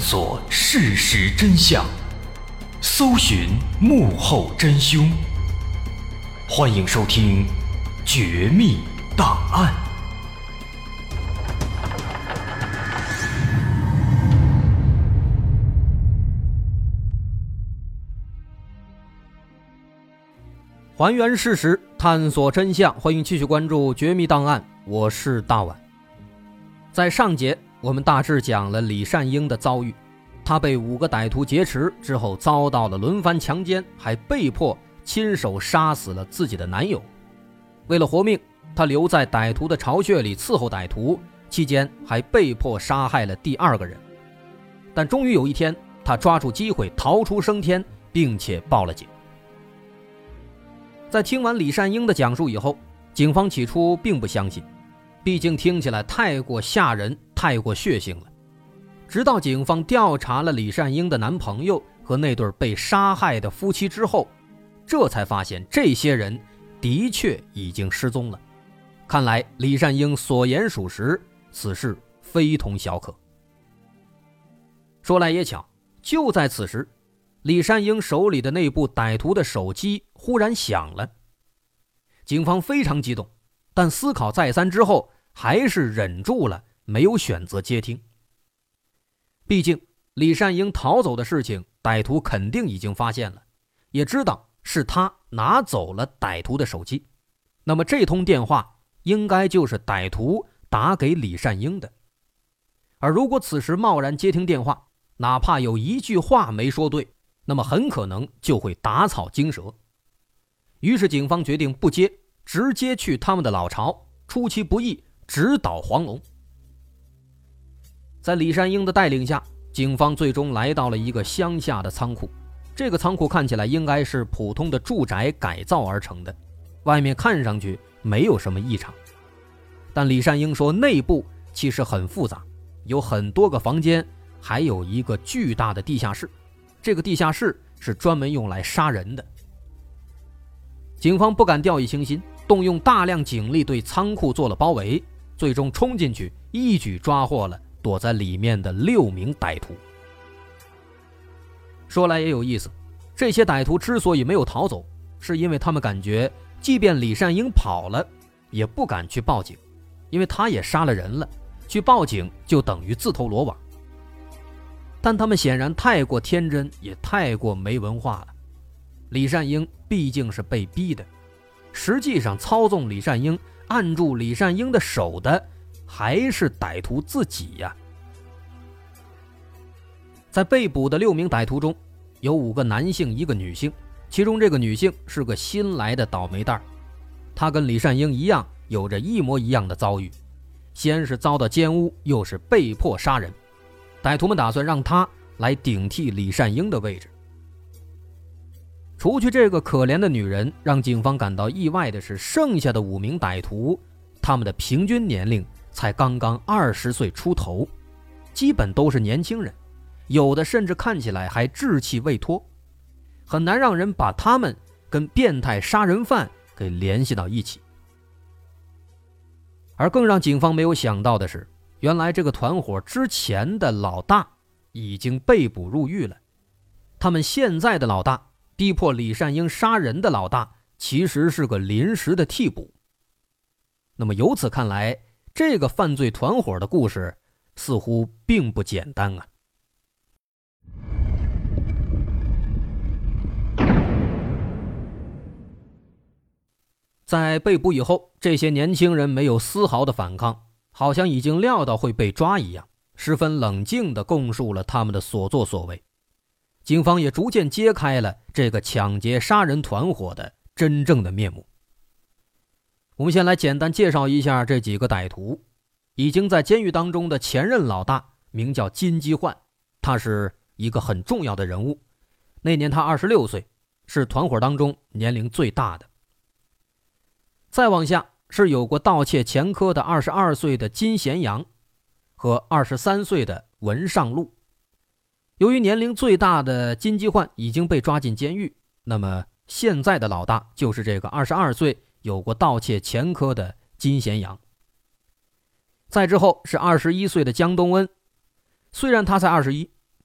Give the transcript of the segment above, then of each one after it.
索事实真相，搜寻幕后真凶。欢迎收听《绝密档案》。 还原事实，探索真相，欢迎继续关注《绝密档案》，我是大碗。在上节我们大致讲了李善英的遭遇，他被5个歹徒劫持之后遭到了轮番强奸，还被迫亲手杀死了自己的男友。为了活命，他留在歹徒的巢穴里伺候歹徒，期间还被迫杀害了第2个人。但终于有一天，他抓住机会逃出升天，并且报了警。在听完李善英的讲述以后，警方起初并不相信，毕竟听起来太过吓人，太过血腥了。直到警方调查了李善英的男朋友和那对被杀害的夫妻之后，这才发现这些人的确已经失踪了。看来李善英所言属实，此事非同小可。说来也巧，就在此时，李善英手里的那部歹徒的手机忽然响了。警方非常激动，但思考再三之后，还是忍住了，没有选择接听。毕竟李善英逃走的事情，歹徒肯定已经发现了，也知道是他拿走了歹徒的手机，那么这通电话应该就是歹徒打给李善英的。而如果此时贸然接听电话，哪怕有一句话没说对，那么很可能就会打草惊蛇。于是警方决定不接，直接去他们的老巢，出其不意，直捣黄龙。在李善英的带领下，警方最终来到了一个乡下的仓库。这个仓库看起来应该是普通的住宅改造而成的，外面看上去没有什么异常。但李善英说内部其实很复杂，有很多个房间，还有一个巨大的地下室。这个地下室是专门用来杀人的。警方不敢掉以轻心，动用大量警力对仓库做了包围，最终冲进去，一举抓获了躲在里面的6名歹徒。说来也有意思，这些歹徒之所以没有逃走，是因为他们感觉即便李善英跑了，也不敢去报警，因为他也杀了人了，去报警就等于自投罗网。但他们显然太过天真，也太过没文化了。李善英毕竟是被逼的，实际上操纵李善英、按住李善英的手的还是歹徒自己呀。在被捕的6名歹徒中，有5个男性1个女性，其中这个女性是个新来的倒霉蛋，她跟李善英一样，有着一模一样的遭遇，先是遭到奸污，又是被迫杀人。歹徒们打算让她来顶替李善英的位置。除去这个可怜的女人，让警方感到意外的是，剩下的5名歹徒，他们的平均年龄才刚刚20岁出头，基本都是年轻人，有的甚至看起来还稚气未脱，很难让人把他们跟变态杀人犯给联系到一起。而更让警方没有想到的是，原来这个团伙之前的老大已经被捕入狱了，他们现在的老大，逼迫李善英杀人的老大，其实是个临时的替补。那么由此看来，这个犯罪团伙的故事似乎并不简单啊。在被捕以后，这些年轻人没有丝毫的反抗，好像已经料到会被抓一样，十分冷静地供述了他们的所作所为。警方也逐渐揭开了这个抢劫杀人团伙的真正的面目。我们先来简单介绍一下这几个歹徒。已经在监狱当中的前任老大名叫金基焕，他是一个很重要的人物，那年他26岁，是团伙当中年龄最大的。再往下是有过盗窃前科的22岁的金贤阳和23岁的文尚禄。由于年龄最大的金基焕已经被抓进监狱，那么现在的老大就是这个22岁有过盗窃前科的金贤阳。再之后是21岁的江东恩，虽然他才21，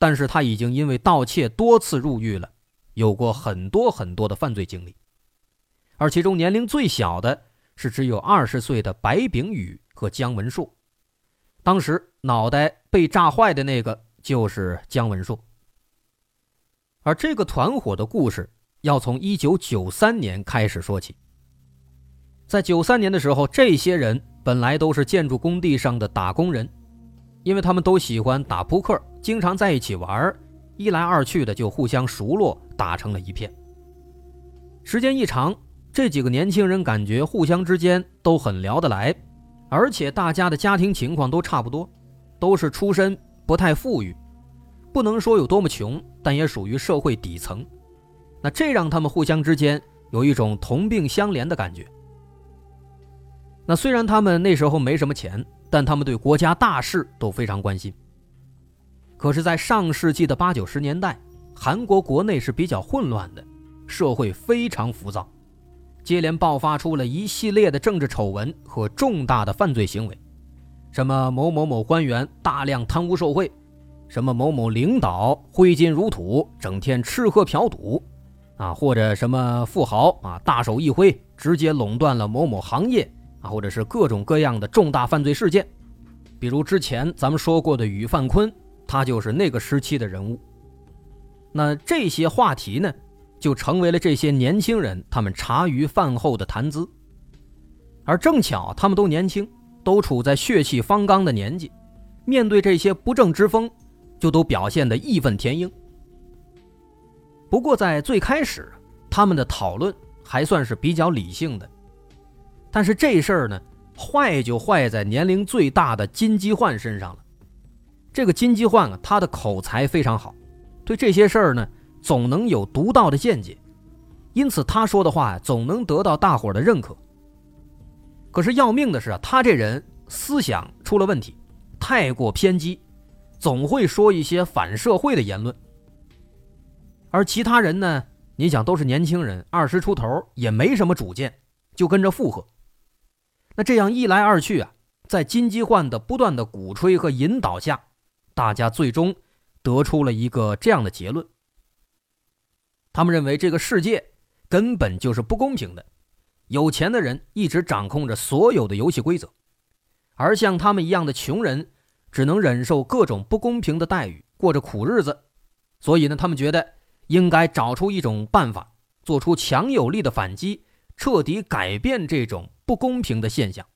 但是他已经因为盗窃多次入狱了，有过很多的犯罪经历。而其中年龄最小的是只有20岁的白炳宇和姜文硕，当时脑袋被炸坏的那个就是姜文硕。而这个团伙的故事要从1993年开始说起。在93年的时候，这些人本来都是建筑工地上的打工人，因为他们都喜欢打扑克，经常在一起玩，一来二去的就互相熟络，打成了一片。时间一长，这几个年轻人感觉互相之间都很聊得来，而且大家的家庭情况都差不多，都是出身不太富裕，不能说有多么穷，但也属于社会底层。那这让他们互相之间有一种同病相怜的感觉。那虽然他们那时候没什么钱，但他们对国家大事都非常关心。可是在上世纪的80、90年代，韩国国内是比较混乱的，社会非常浮躁，接连爆发出了一系列的政治丑闻和重大的犯罪行为，什么某某某官员大量贪污受贿，什么某某领导挥金如土，整天吃喝嫖赌或者什么富豪大手一挥直接垄断了某某行业或者是各种各样的重大犯罪事件。比如之前咱们说过的宇范坤，他就是那个时期的人物。那这些话题呢，就成为了这些年轻人他们茶余饭后的谈资。而正巧他们都年轻，都处在血气方刚的年纪，面对这些不正之风，就都表现得义愤填膺。不过在最开始，他们的讨论还算是比较理性的。但是这事儿呢，坏就坏在年龄最大的金基焕身上了。这个金基焕他的口才非常好，对这些事儿呢，总能有独到的见解，因此他说的话总能得到大伙的认可。可是要命的是他这人思想出了问题，太过偏激，总会说一些反社会的言论。而其他人呢，你想都是年轻人，20出头，也没什么主见，就跟着附和。那这样一来二去在金基焕的不断的鼓吹和引导下，大家最终得出了一个这样的结论。他们认为这个世界根本就是不公平的，有钱的人一直掌控着所有的游戏规则，而像他们一样的穷人只能忍受各种不公平的待遇，过着苦日子。所以呢，他们觉得应该找出一种办法，做出强有力的反击，彻底改变这种不公平的现象。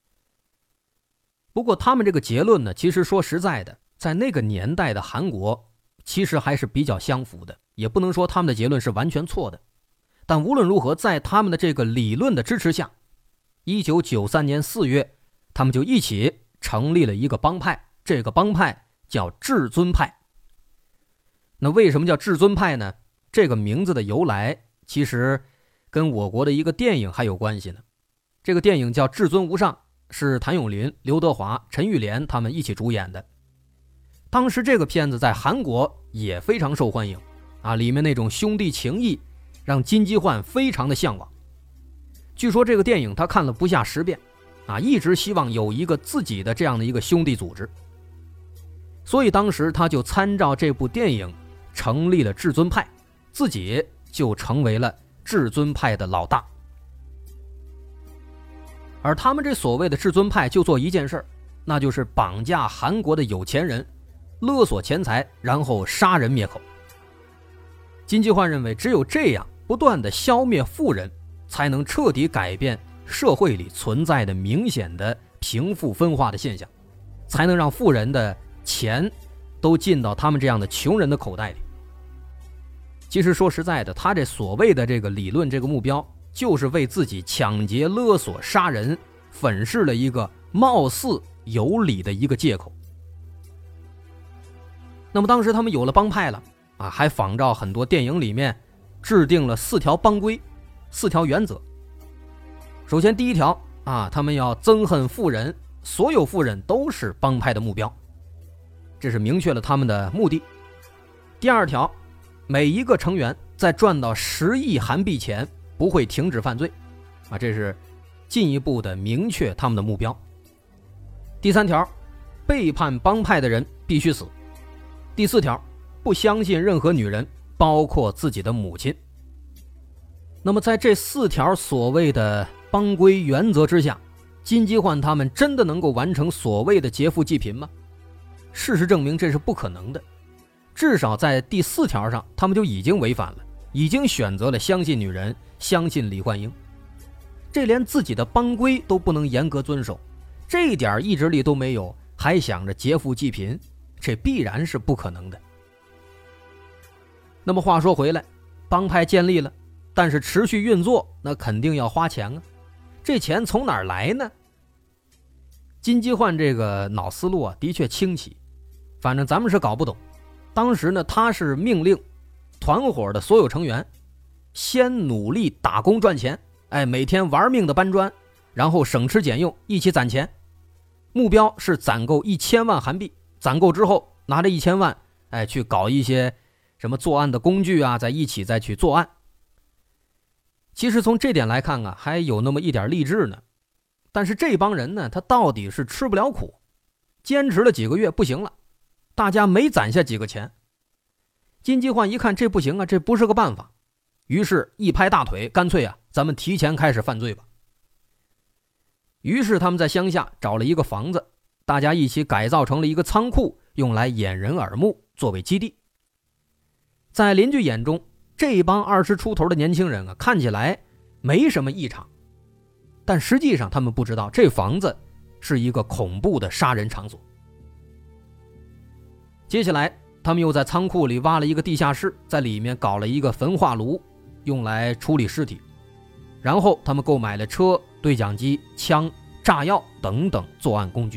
不过他们这个结论呢，其实说实在的，在那个年代的韩国其实还是比较相符的，也不能说他们的结论是完全错的。但无论如何，在他们的这个理论的支持下，1993年4月，他们就一起成立了一个帮派，这个帮派叫至尊派。那为什么叫至尊派呢？这个名字的由来其实跟我国的一个电影还有关系呢。这个电影叫《至尊无上》，是谭咏麟、刘德华、陈玉莲他们一起主演的。当时这个片子在韩国也非常受欢迎里面那种兄弟情谊让金基焕非常的向往。据说这个电影他看了不下10遍一直希望有一个自己的这样的一个兄弟组织。所以当时他就参照这部电影成立了至尊派，自己就成为了至尊派的老大。而他们这所谓的至尊派就做一件事，那就是绑架韩国的有钱人，勒索钱财，然后杀人灭口。金基焕认为只有这样不断的消灭富人，才能彻底改变社会里存在的明显的贫富分化的现象，才能让富人的钱都进到他们这样的穷人的口袋里。其实说实在的，他这所谓的这个理论，这个目标就是为自己抢劫勒索杀人粉饰了一个貌似有理的一个借口。那么当时他们有了帮派了还仿照很多电影里面制定了4条帮规，4条原则。首先第一条他们要憎恨富人，所有富人都是帮派的目标，这是明确了他们的目的。第二条，每一个成员在赚到10亿韩币前不会停止犯罪这是进一步的明确他们的目标。第3条，背叛帮派的人必须死。第4条， 不相信任何女人，包括自己的母亲。那么在这4条所谓的帮规原则之下，金基焕他们真的能够完成所谓的劫富济贫吗？事实证明这是不可能的。至少在第4条上，他们就已经违反了，已经选择了相信女人，相信李焕英。这连自己的帮规都不能严格遵守，这点意志力都没有，还想着劫富济贫，这必然是不可能的。那么话说回来，帮派建立了，但是持续运作那肯定要花钱啊，这钱从哪儿来呢？金基焕这个脑思路啊，的确清奇，反正咱们是搞不懂。当时呢，他是命令团伙的所有成员先努力打工赚钱，每天玩命的搬砖，然后省吃俭用一起攒钱，目标是攒够1000万韩币，攒够之后拿着1000万去搞一些什么作案的工具啊，再一起再去作案。其实从这点来看啊，还有那么一点励志呢。但是这帮人呢，他到底是吃不了苦，坚持了几个月不行了，大家没攒下几个钱。金基焕一看这不行啊，这不是个办法，于是一拍大腿，干脆啊，咱们提前开始犯罪吧。于是他们在乡下找了一个房子，大家一起改造成了一个仓库，用来掩人耳目，作为基地。在邻居眼中，这帮20出头的年轻人啊，看起来没什么异常，但实际上他们不知道，这房子是一个恐怖的杀人场所。接下来他们又在仓库里挖了一个地下室，在里面搞了一个焚化炉，用来处理尸体。然后他们购买了车、对讲机、枪、炸药等等作案工具。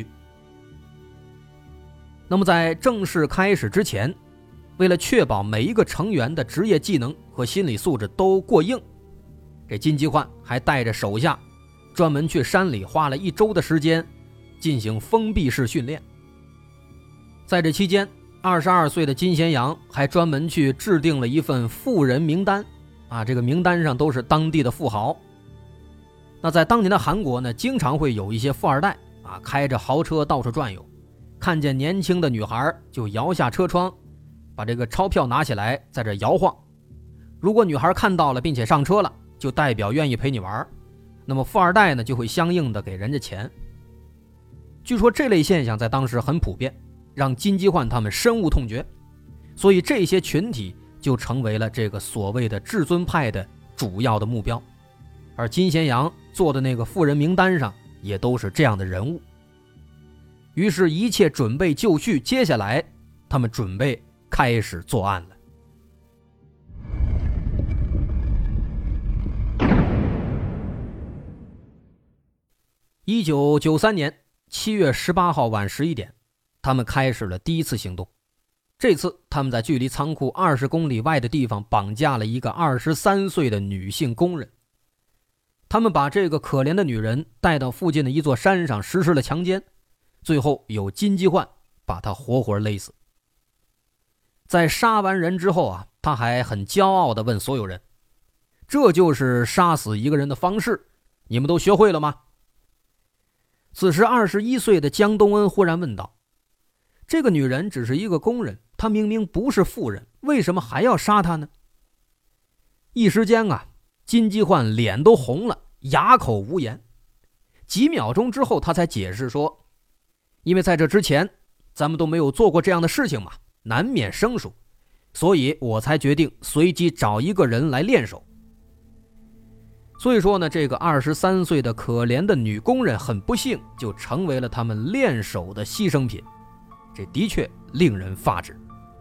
那么在正式开始之前，为了确保每一个成员的职业技能和心理素质都过硬，这金基焕还带着手下专门去山里花了1周的时间进行封闭式训练。在这期间，22岁的金贤阳还专门去制定了一份富人名单啊，这个名单上都是当地的富豪。那在当年的韩国呢，经常会有一些富二代啊，开着豪车到处转悠，看见年轻的女孩就摇下车窗，把这个钞票拿起来在这摇晃。如果女孩看到了并且上车了，就代表愿意陪你玩，那么富二代呢就会相应的给人家钱。据说这类现象在当时很普遍，让金基焕他们深恶痛绝，所以这些群体就成为了这个所谓的至尊派的主要的目标。而金贤阳做的那个富人名单上也都是这样的人物。于是一切准备就绪，接下来他们准备开始作案了。1993年7月18号晚11点，他们开始了第一次行动。这次他们在距离仓库20公里外的地方绑架了一个23岁的女性工人。他们把这个可怜的女人带到附近的一座山上实施了强奸，最后有金基焕把她活活勒死。在杀完人之后啊，他还很骄傲地问所有人，这就是杀死一个人的方式，你们都学会了吗？此时21岁的江东恩忽然问道，这个女人只是一个工人，她明明不是妇人，为什么还要杀她呢？一时间啊，金基焕脸都红了，哑口无言。几秒钟之后他才解释说，因为在这之前咱们都没有做过这样的事情嘛，难免生疏，所以我才决定随机找一个人来练手。所以说呢，这个23岁的可怜的女工人很不幸就成为了他们练手的牺牲品，这的确令人发指。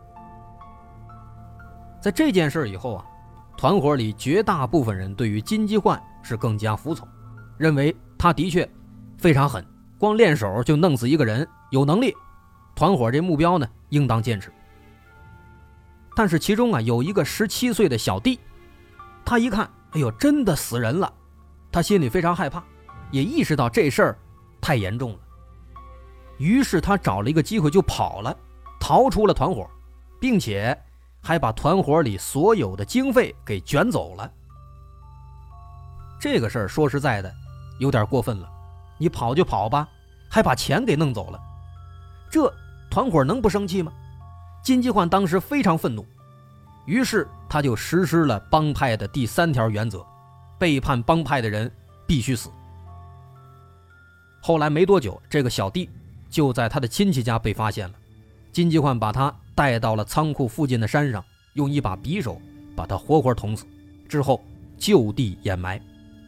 在这件事以后啊，团伙里绝大部分人对于金基焕是更加服从，认为他的确非常狠，光练手就弄死一个人，有能力，团伙这目标呢应当坚持。但是其中啊有一个17岁的小弟，他一看，哎呦，真的死人了，他心里非常害怕，也意识到这事儿太严重了，于是他找了一个机会就跑了，逃出了团伙，并且还把团伙里所有的经费给卷走了。这个事儿说实在的有点过分了，你跑就跑吧，还把钱给弄走了，这团伙能不生气吗？ 金基焕当时非常愤怒，于是他就实施了帮派的第3条原则，背叛帮派的人必须死。后来没多久，这个小弟就在他的亲戚家被发现了，金基焕把他带到了仓库附近的山上，用一把匕首把他活活捅死，之后就地掩埋。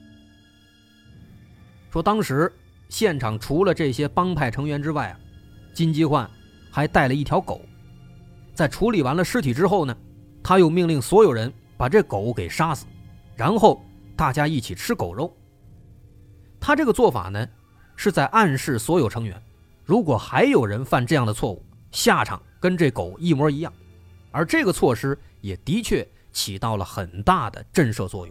说当时现场除了这些帮派成员之外金基焕还带了一条狗。在处理完了尸体之后呢，他又命令所有人把这狗给杀死，然后大家一起吃狗肉。他这个做法呢，是在暗示所有成员，如果还有人犯这样的错误，下场跟这狗一模一样。而这个措施也的确起到了很大的震慑作用。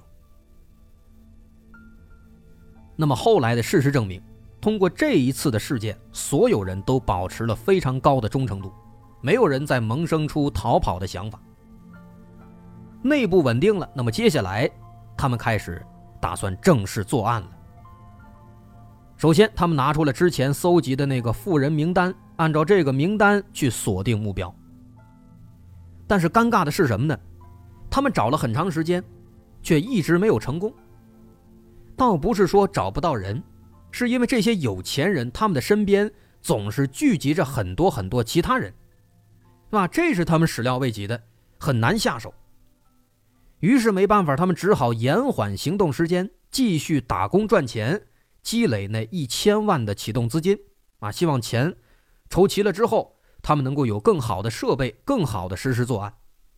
那么后来的事实证明，通过这一次的事件，所有人都保持了非常高的忠诚度，没有人再萌生出逃跑的想法。内部稳定了，那么接下来他们开始打算正式作案了。首先他们拿出了之前搜集的那个富人名单，按照这个名单去锁定目标。但是尴尬的是什么呢？他们找了很长时间，却一直没有成功。倒不是说找不到人，是因为这些有钱人他们的身边总是聚集着很多很多其他人，是吧？这是他们始料未及的，很难下手。于是没办法，他们只好延缓行动时间，继续打工赚钱，积累那1000万的启动资金希望钱筹齐了之后，他们能够有更好的设备，更好的实施作案。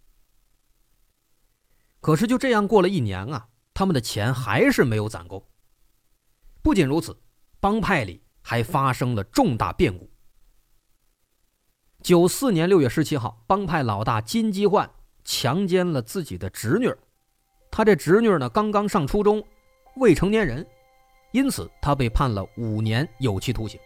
可是就这样过了1年他们的钱还是没有攒够。不仅如此，帮派里还发生了重大变故。94年6月17号，帮派老大金基焕强奸了自己的侄女。他这侄女呢，刚刚上初中，未成年人，因此他被判了5年有期徒刑。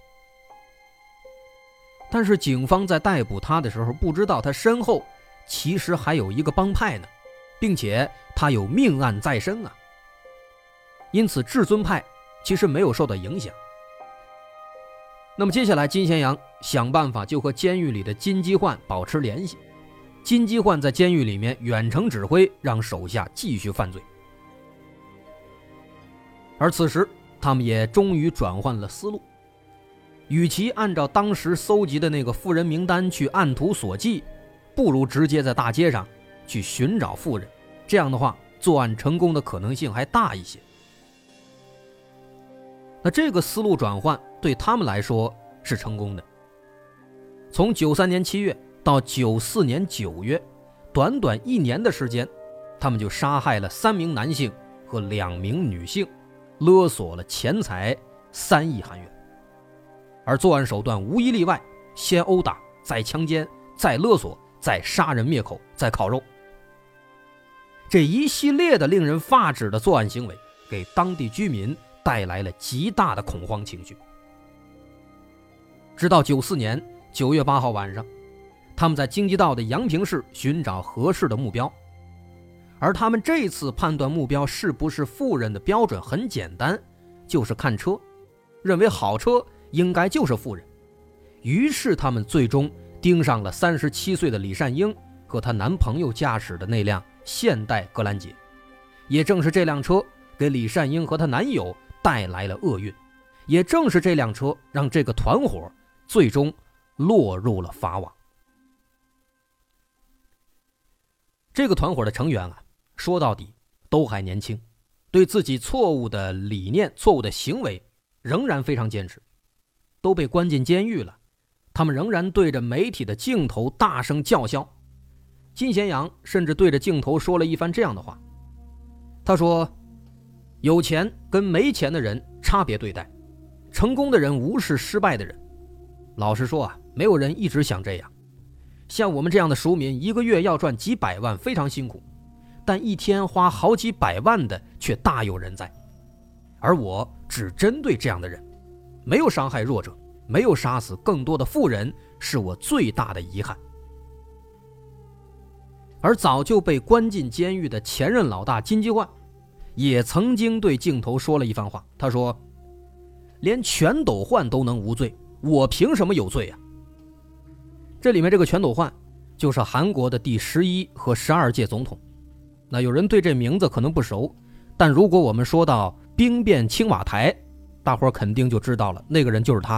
但是警方在逮捕他的时候，不知道他身后其实还有一个帮派呢，并且他有命案在身因此至尊派其实没有受到影响。那么接下来金贤阳想办法就和监狱里的金基焕保持联系，金基焕在监狱里面远程指挥，让手下继续犯罪。而此时他们也终于转换了思路，与其按照当时搜集的那个富人名单去按图索骥，不如直接在大街上去寻找富人，这样的话作案成功的可能性还大一些。那这个思路转换对他们来说是成功的。从93年7月到94年9月，短短1年的时间，他们就杀害了3名男性和2名女性，勒索了钱财3亿韩元。而作案手段无一例外，先殴打，再强奸，再勒索，再杀人灭口，再烤肉。这一系列的令人发指的作案行为，给当地居民带来了极大的恐慌情绪。直到94年9月8号晚上，他们在京畿道的阳平市寻找合适的目标。而他们这次判断目标是不是富人的标准很简单，就是看车，认为好车应该就是富人。于是他们最终盯上了37岁的李善英和她男朋友驾驶的那辆现代格兰杰。也正是这辆车给李善英和她男友带来了厄运，也正是这辆车让这个团伙最终落入了法网。这个团伙的成员说到底都还年轻，对自己错误的理念、错误的行为仍然非常坚持，都被关进监狱了，他们仍然对着媒体的镜头大声叫嚣。金贤阳甚至对着镜头说了一番这样的话，他说：有钱跟没钱的人差别对待，成功的人无视失败的人。老实说没有人一直想这样。像我们这样的俗民，一个月要赚几百万，非常辛苦，但一天花好几百万的却大有人在。而我只针对这样的人，没有伤害弱者，没有杀死更多的富人，是我最大的遗憾。而早就被关进监狱的前任老大金基焕也曾经对镜头说了一番话，他说：连全斗焕都能无罪，我凭什么有罪这里面这个全斗焕就是韩国的第11和12届总统。那有人对这名字可能不熟，但如果我们说到兵变青瓦台，大伙儿肯定就知道了，那个人就是他。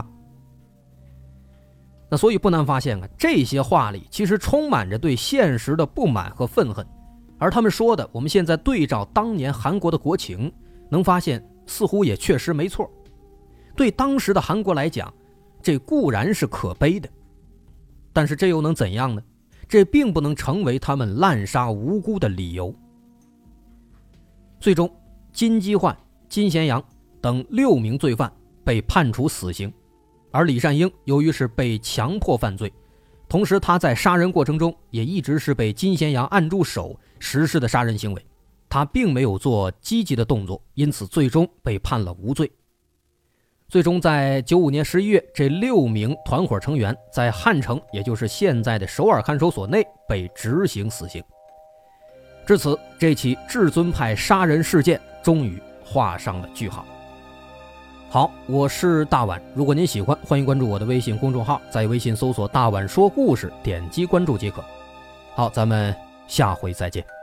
那所以不难发现啊，这些话里其实充满着对现实的不满和愤恨，而他们说的，我们现在对照当年韩国的国情，能发现似乎也确实没错。对当时的韩国来讲，这固然是可悲的，但是这又能怎样呢？这并不能成为他们滥杀无辜的理由。最终，金基焕、金贤阳等6名罪犯被判处死刑，而李善英由于是被强迫犯罪，同时他在杀人过程中也一直是被金贤阳按住手实施的杀人行为，他并没有做积极的动作，因此最终被判了无罪。最终在95年11月，这6名团伙成员在汉城，也就是现在的首尔看守所内被执行死刑。至此，这起至尊派杀人事件终于画上了句号。好，我是大碗，如果您喜欢，欢迎关注我的微信公众号，在微信搜索大碗说故事，点击关注即可。好，咱们下回再见。